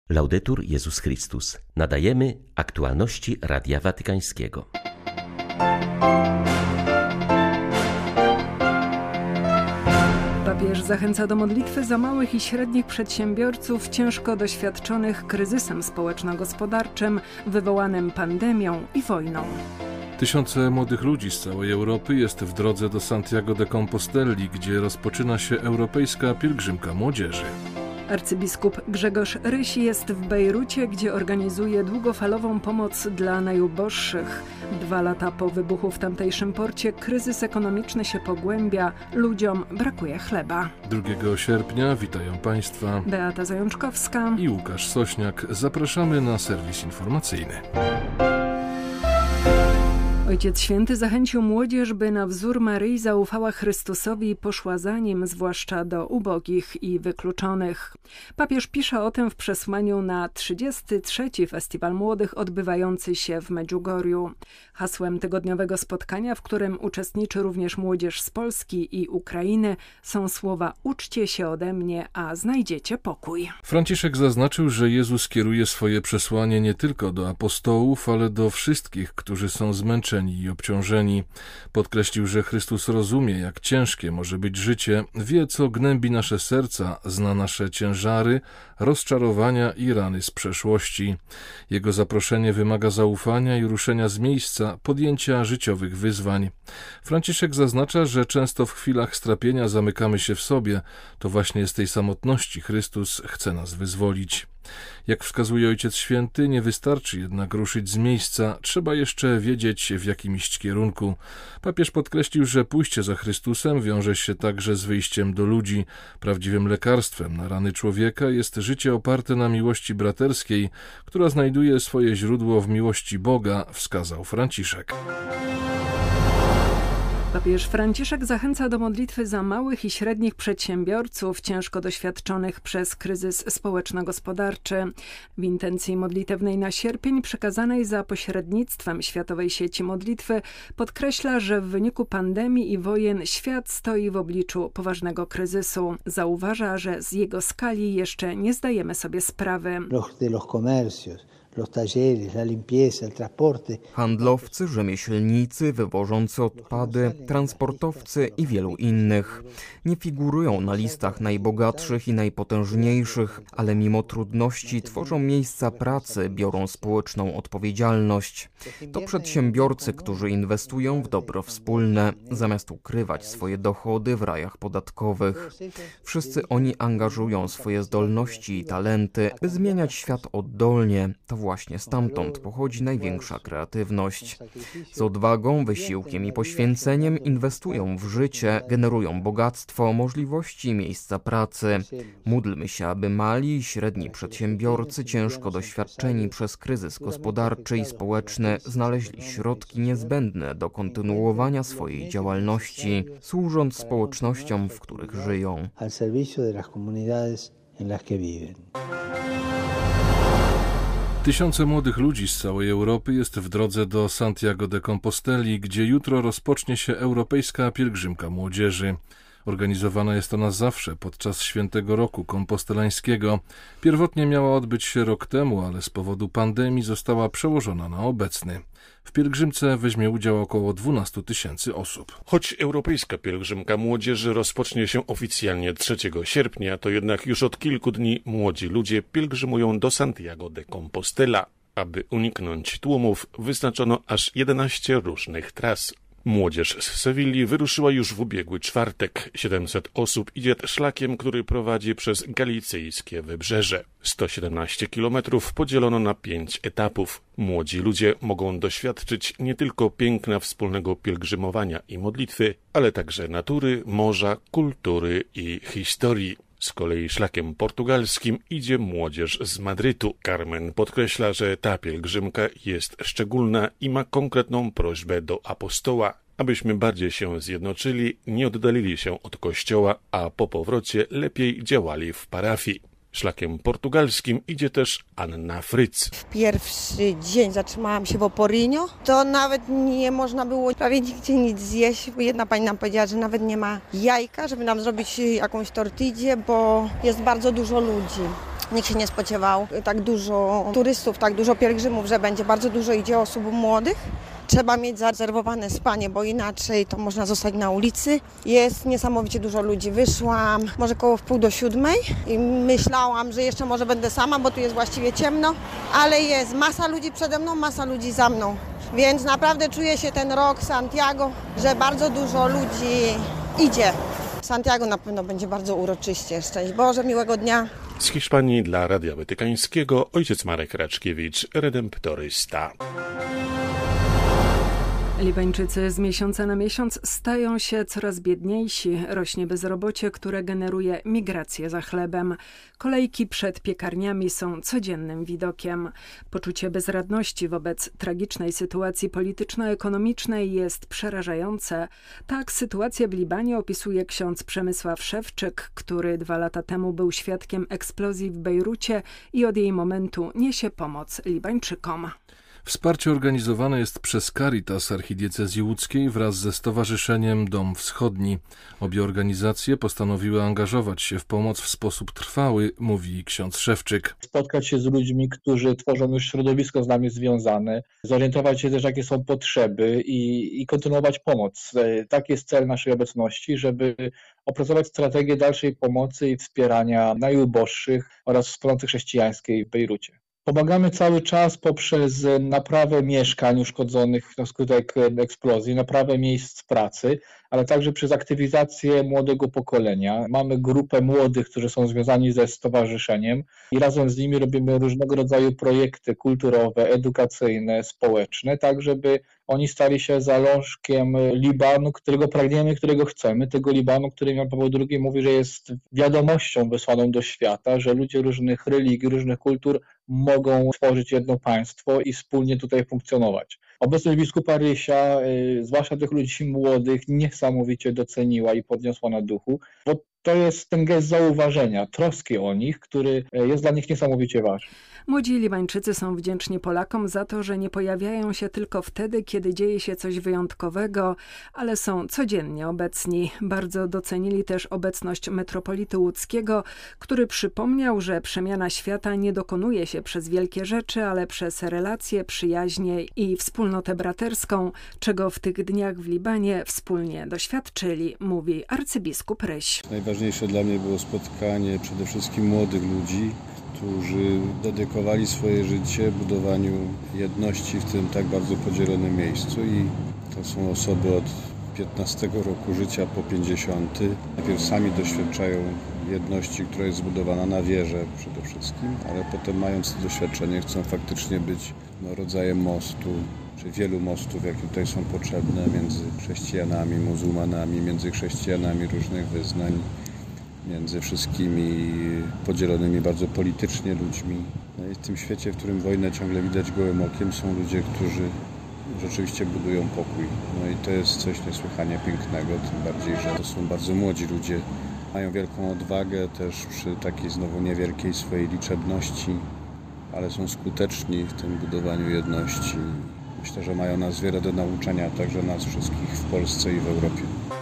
Laudetur Jezus Chrystus. Nadajemy aktualności Radia Watykańskiego. Papież zachęca do modlitwy za małych i średnich przedsiębiorców ciężko doświadczonych kryzysem społeczno-gospodarczym wywołanym pandemią i wojną. Tysiące młodych ludzi z całej Europy jest w drodze do Santiago de Composteli, gdzie rozpoczyna się europejska pielgrzymka młodzieży. Arcybiskup Grzegorz Ryś jest w Bejrucie, gdzie organizuje długofalową pomoc dla najuboższych. 2 lata po wybuchu w tamtejszym porcie kryzys ekonomiczny się pogłębia, ludziom brakuje chleba. 2 sierpnia witają Państwa Beata Zajączkowska i Łukasz Sośniak. Zapraszamy na serwis informacyjny. Ojciec Święty zachęcił młodzież, by na wzór Maryi zaufała Chrystusowi i poszła za Nim, zwłaszcza do ubogich i wykluczonych. Papież pisze o tym w przesłaniu na 33. Festiwal Młodych odbywający się w Medjugorju. Hasłem tygodniowego spotkania, w którym uczestniczy również młodzież z Polski i Ukrainy, są słowa: uczcie się ode mnie, a znajdziecie pokój. Franciszek zaznaczył, że Jezus kieruje swoje przesłanie nie tylko do apostołów, ale do wszystkich, którzy są zmęczeni i obciążeni. Podkreślił, że Chrystus rozumie, jak ciężkie może być życie, wie, co gnębi nasze serca, zna nasze ciężary, rozczarowania i rany z przeszłości. Jego zaproszenie wymaga zaufania i ruszenia z miejsca, podjęcia życiowych wyzwań. Franciszek zaznacza, że często w chwilach strapienia zamykamy się w sobie. To właśnie z tej samotności Chrystus chce nas wyzwolić. Jak wskazuje Ojciec Święty, nie wystarczy jednak ruszyć z miejsca, trzeba jeszcze wiedzieć, w jakim iść kierunku. Papież podkreślił, że pójście za Chrystusem wiąże się także z wyjściem do ludzi. Prawdziwym lekarstwem na rany człowieka jest życie oparte na miłości braterskiej, która znajduje swoje źródło w miłości Boga, wskazał Franciszek. Papież Franciszek zachęca do modlitwy za małych i średnich przedsiębiorców ciężko doświadczonych przez kryzys społeczno-gospodarczy. W intencji modlitewnej na sierpień, przekazanej za pośrednictwem Światowej Sieci Modlitwy, podkreśla, że w wyniku pandemii i wojen świat stoi w obliczu poważnego kryzysu. Zauważa, że z jego skali jeszcze nie zdajemy sobie sprawy. Handlowcy, rzemieślnicy, wywożący odpady, transportowcy i wielu innych. Nie figurują na listach najbogatszych i najpotężniejszych, ale mimo trudności tworzą miejsca pracy, biorą społeczną odpowiedzialność. To przedsiębiorcy, którzy inwestują w dobro wspólne, zamiast ukrywać swoje dochody w rajach podatkowych. Wszyscy oni angażują swoje zdolności i talenty, by zmieniać świat oddolnie. To właśnie stamtąd pochodzi największa kreatywność. Z odwagą, wysiłkiem i poświęceniem inwestują w życie, generują bogactwo, możliwości i miejsca pracy. Módlmy się, aby mali i średni przedsiębiorcy, ciężko doświadczeni przez kryzys gospodarczy i społeczny, znaleźli środki niezbędne do kontynuowania swojej działalności, służąc społecznościom, w których żyją. Tysiące młodych ludzi z całej Europy jest w drodze do Santiago de Composteli, gdzie jutro rozpocznie się europejska pielgrzymka młodzieży. Organizowana jest ona zawsze podczas Świętego Roku Kompostelańskiego. Pierwotnie miała odbyć się rok temu, ale z powodu pandemii została przełożona na obecny. W pielgrzymce weźmie udział około 12 000 osób. Choć europejska pielgrzymka młodzieży rozpocznie się oficjalnie 3 sierpnia, to jednak już od kilku dni młodzi ludzie pielgrzymują do Santiago de Compostela. Aby uniknąć tłumów, wyznaczono aż 11 różnych tras. Młodzież z Sewilli wyruszyła już w ubiegły czwartek. 700 osób idzie szlakiem, który prowadzi przez galicyjskie wybrzeże. 117 kilometrów podzielono na 5 etapów. Młodzi ludzie mogą doświadczyć nie tylko piękna wspólnego pielgrzymowania i modlitwy, ale także natury, morza, kultury i historii. Z kolei szlakiem portugalskim idzie młodzież z Madrytu. Carmen podkreśla, że ta pielgrzymka jest szczególna i ma konkretną prośbę do apostoła, abyśmy bardziej się zjednoczyli, nie oddalili się od kościoła, a po powrocie lepiej działali w parafii. Szlakiem portugalskim idzie też Anna Fryc. W pierwszy dzień zatrzymałam się w Oporinho. To nawet nie można było prawie nigdzie nic zjeść. Jedna pani nam powiedziała, że nawet nie ma jajka, żeby nam zrobić jakąś tortillę, bo jest bardzo dużo ludzi. Nikt się nie spodziewał tak dużo turystów, tak dużo pielgrzymów, że będzie bardzo dużo idzie osób młodych. Trzeba mieć zarezerwowane spanie, bo inaczej to można zostać na ulicy. Jest niesamowicie dużo ludzi. Wyszłam może koło 6:30 i myślałam, że jeszcze może będę sama, bo tu jest właściwie ciemno, ale jest masa ludzi przede mną, masa ludzi za mną. Więc naprawdę czuję się ten rok Santiago, że bardzo dużo ludzi idzie. Santiago na pewno będzie bardzo uroczyście. Szczęść Boże, miłego dnia. Z Hiszpanii dla Radia Watykańskiego ojciec Marek Raczkiewicz, redemptorysta. Libańczycy z miesiąca na miesiąc stają się coraz biedniejsi. Rośnie bezrobocie, które generuje migrację za chlebem. Kolejki przed piekarniami są codziennym widokiem. Poczucie bezradności wobec tragicznej sytuacji polityczno-ekonomicznej jest przerażające. Tak sytuację w Libanie opisuje ksiądz Przemysław Szewczyk, który 2 lata temu był świadkiem eksplozji w Bejrucie i od jej momentu niesie pomoc Libańczykom. Wsparcie organizowane jest przez Caritas Archidiecezji Łódzkiej wraz ze Stowarzyszeniem Dom Wschodni. Obie organizacje postanowiły angażować się w pomoc w sposób trwały, mówi ksiądz Szewczyk. Spotkać się z ludźmi, którzy tworzą już środowisko z nami związane, zorientować się też, jakie są potrzeby i kontynuować pomoc. Tak jest cel naszej obecności, żeby opracować strategię dalszej pomocy i wspierania najuboższych oraz wspólnoty chrześcijańskiej w Bejrucie. Pomagamy cały czas poprzez naprawę mieszkań uszkodzonych na skutek eksplozji, naprawę miejsc pracy, ale także przez aktywizację młodego pokolenia. Mamy grupę młodych, którzy są związani ze stowarzyszeniem i razem z nimi robimy różnego rodzaju projekty kulturowe, edukacyjne, społeczne, tak żeby oni stali się zalążkiem Libanu, którego pragniemy, którego chcemy, tego Libanu, który Jan Paweł II mówi, że jest wiadomością wysłaną do świata, że ludzie różnych religii, różnych kultur mogą tworzyć jedno państwo i wspólnie tutaj funkcjonować. Obecność biskupa Rysia, zwłaszcza tych ludzi młodych, niesamowicie doceniła i podniosła na duchu, bo to jest ten gest zauważenia, troski o nich, który jest dla nich niesamowicie ważny. Młodzi Libańczycy są wdzięczni Polakom za to, że nie pojawiają się tylko wtedy, kiedy dzieje się coś wyjątkowego, ale są codziennie obecni. Bardzo docenili też obecność metropolity łódzkiego, który przypomniał, że przemiana świata nie dokonuje się przez wielkie rzeczy, ale przez relacje, przyjaźnie i wspólnotę braterską, czego w tych dniach w Libanie wspólnie doświadczyli, mówi arcybiskup Ryś. Najważniejsze dla mnie było spotkanie przede wszystkim młodych ludzi, którzy dedykowali swoje życie budowaniu jedności w tym tak bardzo podzielonym miejscu i to są osoby od 15 roku życia po 50. Najpierw sami doświadczają jedności, która jest zbudowana na wierze przede wszystkim, ale potem mając to doświadczenie chcą faktycznie być rodzajem mostu, czy wielu mostów, jakie tutaj są potrzebne między chrześcijanami, muzułmanami, między chrześcijanami różnych wyznań, między wszystkimi podzielonymi bardzo politycznie ludźmi. No i w tym świecie, w którym wojnę ciągle widać gołym okiem, są ludzie, którzy rzeczywiście budują pokój. No i to jest coś niesłychanie pięknego, tym bardziej, że to są bardzo młodzi ludzie. Mają wielką odwagę też przy takiej znowu niewielkiej swojej liczebności, ale są skuteczni w tym budowaniu jedności. Myślę, że mają nas wiele do nauczenia, także nas wszystkich w Polsce i w Europie.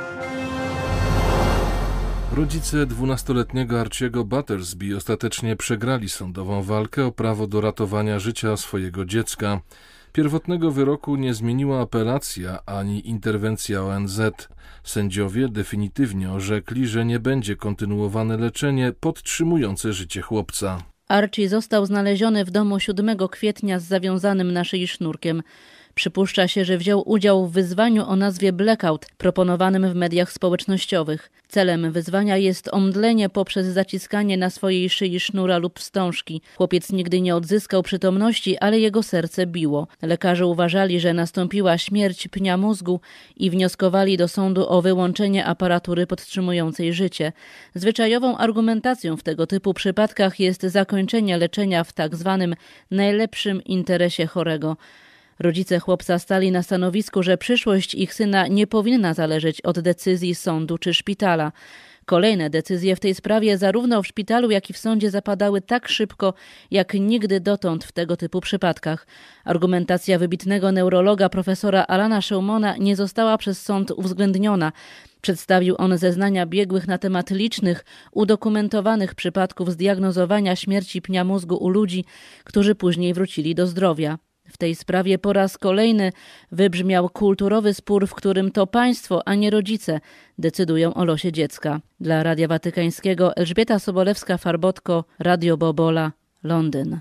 Rodzice 12-letniego Arciego Battersby ostatecznie przegrali sądową walkę o prawo do ratowania życia swojego dziecka. Pierwotnego wyroku nie zmieniła apelacja ani interwencja ONZ. Sędziowie definitywnie orzekli, że nie będzie kontynuowane leczenie podtrzymujące życie chłopca. Archie został znaleziony w domu 7 kwietnia z zawiązanym na szyi sznurkiem. Przypuszcza się, że wziął udział w wyzwaniu o nazwie Blackout, proponowanym w mediach społecznościowych. Celem wyzwania jest omdlenie poprzez zaciskanie na swojej szyi sznura lub wstążki. Chłopiec nigdy nie odzyskał przytomności, ale jego serce biło. Lekarze uważali, że nastąpiła śmierć pnia mózgu i wnioskowali do sądu o wyłączenie aparatury podtrzymującej życie. Zwyczajową argumentacją w tego typu przypadkach jest zakończenie leczenia w tak zwanym najlepszym interesie chorego. Rodzice chłopca stali na stanowisku, że przyszłość ich syna nie powinna zależeć od decyzji sądu czy szpitala. Kolejne decyzje w tej sprawie zarówno w szpitalu, jak i w sądzie zapadały tak szybko, jak nigdy dotąd w tego typu przypadkach. Argumentacja wybitnego neurologa profesora Alana Schaumana nie została przez sąd uwzględniona. Przedstawił on zeznania biegłych na temat licznych, udokumentowanych przypadków zdiagnozowania śmierci pnia mózgu u ludzi, którzy później wrócili do zdrowia. W tej sprawie po raz kolejny wybrzmiał kulturowy spór, w którym to państwo, a nie rodzice decydują o losie dziecka. Dla Radia Watykańskiego Elżbieta Sobolewska-Farbotko, Radio Bobola, Londyn.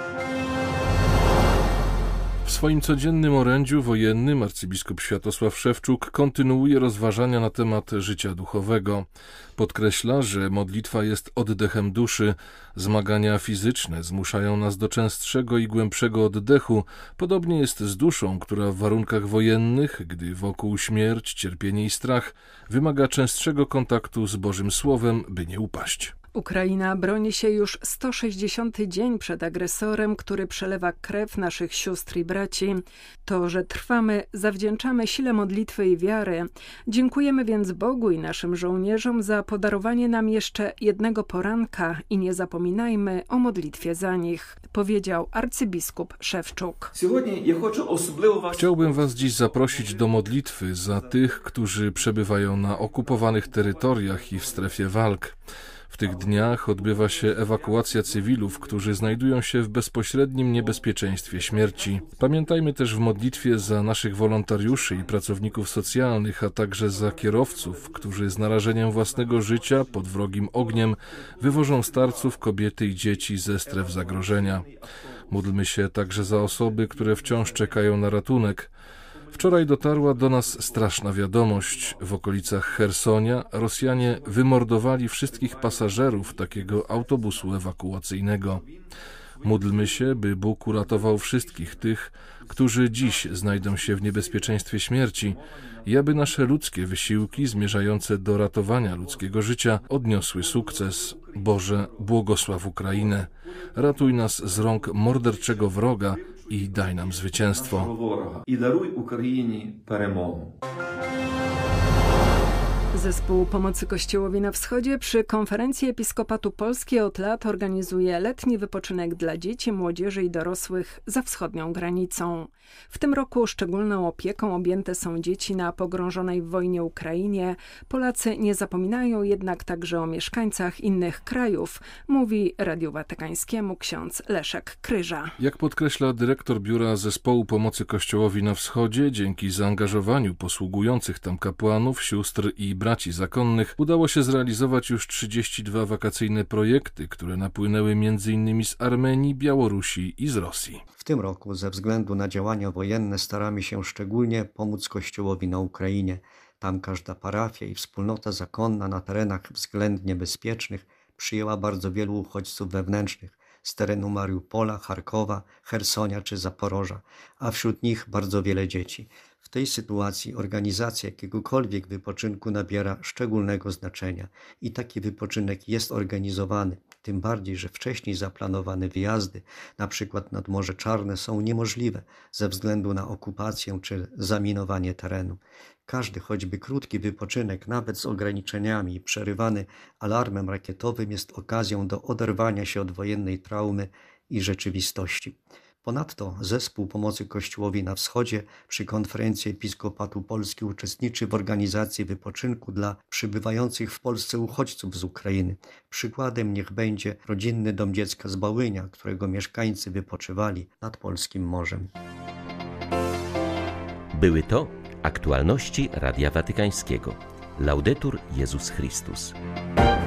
W swoim codziennym orędziu wojennym arcybiskup Światosław Szewczuk kontynuuje rozważania na temat życia duchowego. Podkreśla, że modlitwa jest oddechem duszy. Zmagania fizyczne zmuszają nas do częstszego i głębszego oddechu. Podobnie jest z duszą, która w warunkach wojennych, gdy wokół śmierć, cierpienie i strach, wymaga częstszego kontaktu z Bożym Słowem, by nie upaść. Ukraina broni się już 160. dzień przed agresorem, który przelewa krew naszych sióstr i braci. To, że trwamy, zawdzięczamy sile modlitwy i wiary. Dziękujemy więc Bogu i naszym żołnierzom za podarowanie nam jeszcze jednego poranka i nie zapominajmy o modlitwie za nich, powiedział arcybiskup Szewczuk. Chciałbym Was dziś zaprosić do modlitwy za tych, którzy przebywają na okupowanych terytoriach i w strefie walk. W tych dniach odbywa się ewakuacja cywilów, którzy znajdują się w bezpośrednim niebezpieczeństwie śmierci. Pamiętajmy też w modlitwie za naszych wolontariuszy i pracowników socjalnych, a także za kierowców, którzy z narażeniem własnego życia pod wrogim ogniem wywożą starców, kobiety i dzieci ze stref zagrożenia. Módlmy się także za osoby, które wciąż czekają na ratunek. Wczoraj dotarła do nas straszna wiadomość. W okolicach Chersonia Rosjanie wymordowali wszystkich pasażerów takiego autobusu ewakuacyjnego. Módlmy się, by Bóg uratował wszystkich tych, którzy dziś znajdą się w niebezpieczeństwie śmierci i aby nasze ludzkie wysiłki zmierzające do ratowania ludzkiego życia odniosły sukces. Boże, błogosław Ukrainę. Ratuj nas z rąk morderczego wroga i daj nam zwycięstwo. I daruj Ukrainie перемогу. Zespół Pomocy Kościołowi na Wschodzie przy Konferencji Episkopatu Polski od lat organizuje letni wypoczynek dla dzieci, młodzieży i dorosłych za wschodnią granicą. W tym roku szczególną opieką objęte są dzieci na pogrążonej w wojnie Ukrainie. Polacy nie zapominają jednak także o mieszkańcach innych krajów, mówi Radiu Watykańskiemu ksiądz Leszek Kryża. Jak podkreśla dyrektor Biura Zespołu Pomocy Kościołowi na Wschodzie, dzięki zaangażowaniu posługujących tam kapłanów, sióstr i braci zakonnych udało się zrealizować już 32 wakacyjne projekty, które napłynęły m.in. z Armenii, Białorusi i z Rosji. W tym roku ze względu na działania wojenne staramy się szczególnie pomóc Kościołowi na Ukrainie. Tam każda parafia i wspólnota zakonna na terenach względnie bezpiecznych przyjęła bardzo wielu uchodźców wewnętrznych z terenu Mariupola, Charkowa, Chersonia czy Zaporoża, a wśród nich bardzo wiele dzieci. W tej sytuacji organizacja jakiegokolwiek wypoczynku nabiera szczególnego znaczenia i taki wypoczynek jest organizowany, tym bardziej, że wcześniej zaplanowane wyjazdy, na przykład nad Morze Czarne, są niemożliwe ze względu na okupację czy zaminowanie terenu. Każdy, choćby krótki wypoczynek, nawet z ograniczeniami i przerywany alarmem rakietowym, jest okazją do oderwania się od wojennej traumy i rzeczywistości. Ponadto Zespół Pomocy Kościołowi na Wschodzie przy Konferencji Episkopatu Polski uczestniczy w organizacji wypoczynku dla przybywających w Polsce uchodźców z Ukrainy. Przykładem niech będzie rodzinny dom dziecka z Bałynia, którego mieszkańcy wypoczywali nad polskim morzem. Były to aktualności Radia Watykańskiego. Laudetur Jezus Chrystus.